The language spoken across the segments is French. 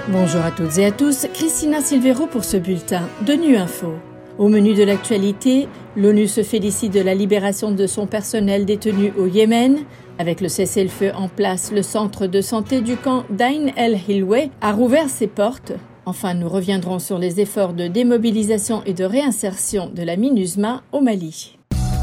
Bonjour à toutes et à tous, Christina Silvero pour ce bulletin de Nu Info. Au menu de l'actualité, l'ONU se félicite de la libération de son personnel détenu au Yémen. Avec le cessez-le-feu en place, le centre de santé du camp d'Ain el-Hilweh a rouvert ses portes. Enfin, nous reviendrons sur les efforts de démobilisation et de réinsertion de la MINUSMA au Mali.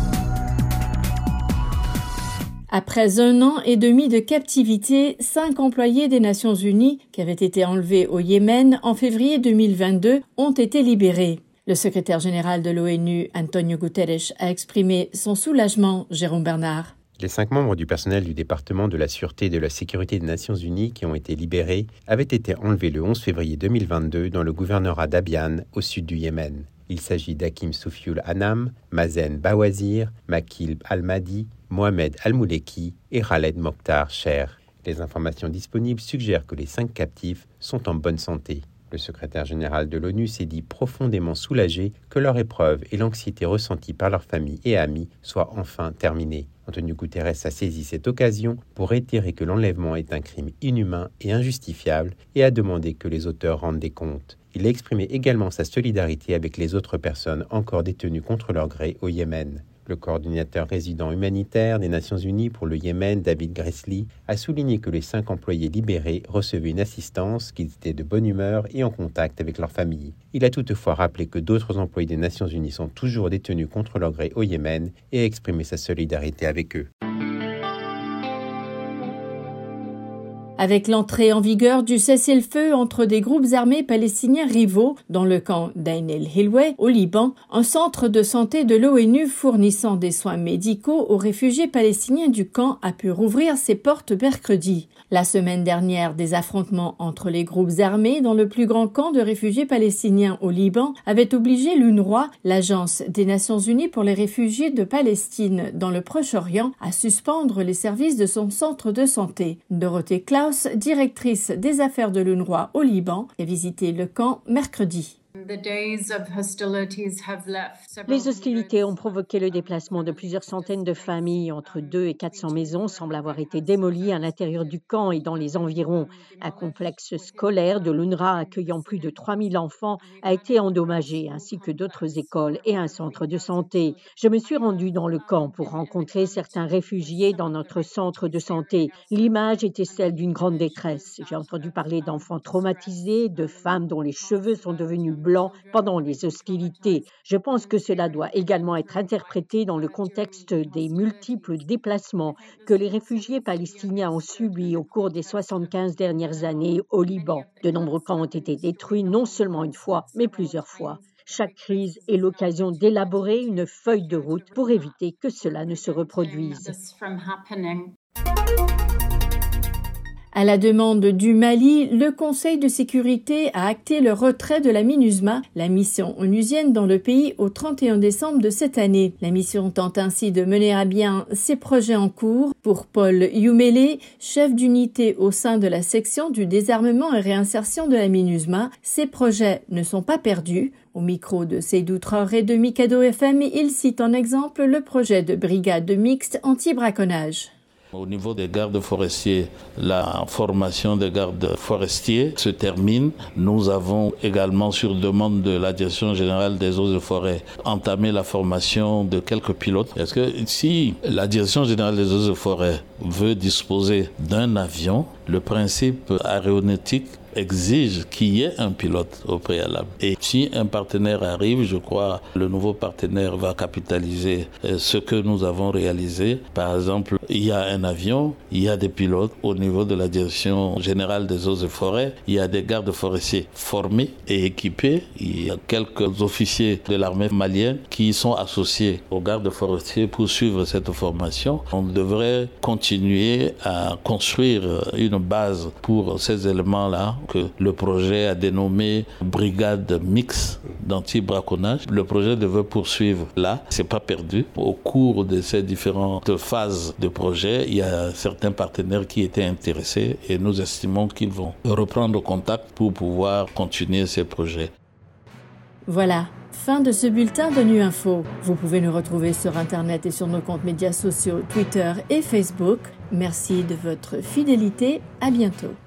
Après 1 an et demi de captivité, 5 employés des Nations Unies qui avaient été enlevés au Yémen en février 2022 ont été libérés. Le secrétaire général de l'ONU, Antonio Guterres, a exprimé son soulagement, Jérôme Bernard. Les 5 membres du personnel du département de la Sûreté et de la Sécurité des Nations Unies qui ont été libérés avaient été enlevés le 11 février 2022 dans le gouvernorat d'Abian, au sud du Yémen. Il s'agit d'Hakim Soufioul Anam, Mazen Bawazir, Makil Al-Mahdi, Mohamed Al-Mouleki et Khaled Mokhtar Cher. Les informations disponibles suggèrent que les 5 captifs sont en bonne santé. Le secrétaire général de l'ONU s'est dit profondément soulagé que leur épreuve et l'anxiété ressentie par leurs familles et amis soient enfin terminées. Antonio Guterres a saisi cette occasion pour réitérer que l'enlèvement est un crime inhumain et injustifiable et a demandé que les auteurs rendent des comptes. Il a exprimé également sa solidarité avec les autres personnes encore détenues contre leur gré au Yémen. Le coordinateur résident humanitaire des Nations Unies pour le Yémen, David Gressly, a souligné que les 5 employés libérés recevaient une assistance, qu'ils étaient de bonne humeur et en contact avec leurs familles. Il a toutefois rappelé que d'autres employés des Nations Unies sont toujours détenus contre leur gré au Yémen et a exprimé sa solidarité avec eux. Avec l'entrée en vigueur du cessez-le-feu entre des groupes armés palestiniens rivaux dans le camp d'Ain el-Hilweh au Liban, un centre de santé de l'ONU fournissant des soins médicaux aux réfugiés palestiniens du camp a pu rouvrir ses portes mercredi. La semaine dernière, des affrontements entre les groupes armés dans le plus grand camp de réfugiés palestiniens au Liban avaient obligé l'UNRWA, l'Agence des Nations Unies pour les réfugiés de Palestine dans le Proche-Orient, à suspendre les services de son centre de santé. Dorothée Klaus, directrice des affaires de l'UNRWA au Liban, a visité le camp mercredi. Les hostilités ont provoqué le déplacement de plusieurs centaines de familles. Entre 200 et 400 maisons semblent avoir été démolies à l'intérieur du camp et dans les environs. Un complexe scolaire de l'UNRWA accueillant plus de 3000 enfants a été endommagé, ainsi que d'autres écoles et un centre de santé. Je me suis rendue dans le camp pour rencontrer certains réfugiés dans notre centre de santé. L'image était celle d'une grande détresse. J'ai entendu parler d'enfants traumatisés, de femmes dont les cheveux sont devenus blancs pendant les hostilités. Je pense que cela doit également être interprété dans le contexte des multiples déplacements que les réfugiés palestiniens ont subis au cours des 75 dernières années au Liban. De nombreux camps ont été détruits non seulement une fois, mais plusieurs fois. Chaque crise est l'occasion d'élaborer une feuille de route pour éviter que cela ne se reproduise. À la demande du Mali, le Conseil de sécurité a acté le retrait de la MINUSMA, la mission onusienne dans le pays, au 31 décembre de cette année. La mission tente ainsi de mener à bien ses projets en cours. Pour Paul Youmélé, chef d'unité au sein de la section du désarmement et réinsertion de la MINUSMA, ces projets ne sont pas perdus. Au micro de Seydou Traoré de Mikado FM, il cite en exemple le projet de brigade mixte anti-braconnage. Au niveau des gardes forestiers, la formation des gardes forestiers se termine. Nous avons également, sur demande de la Direction générale des eaux et forêts, entamé la formation de quelques pilotes. Parce que si la Direction générale des eaux et forêts veut disposer d'un avion, le principe aéronautique exige qu'il y ait un pilote au préalable. Et si un partenaire arrive, je crois le nouveau partenaire va capitaliser ce que nous avons réalisé. Par exemple, il y a un avion, il y a des pilotes au niveau de la Direction générale des eaux et forêts, il y a des gardes forestiers formés et équipés, il y a quelques officiers de l'armée malienne qui sont associés aux gardes forestiers pour suivre cette formation. On devrait continuer à construire une base pour ces éléments-là que le projet a dénommé Brigade Mixte d'anti-braconnage. Le projet devait poursuivre là, c'est pas perdu. Au cours de ces différentes phases de projet, il y a certains partenaires qui étaient intéressés et nous estimons qu'ils vont reprendre contact pour pouvoir continuer ces projets. Voilà, fin de ce bulletin de Nu Info. Vous pouvez nous retrouver sur Internet et sur nos comptes médias sociaux Twitter et Facebook. Merci de votre fidélité. À bientôt.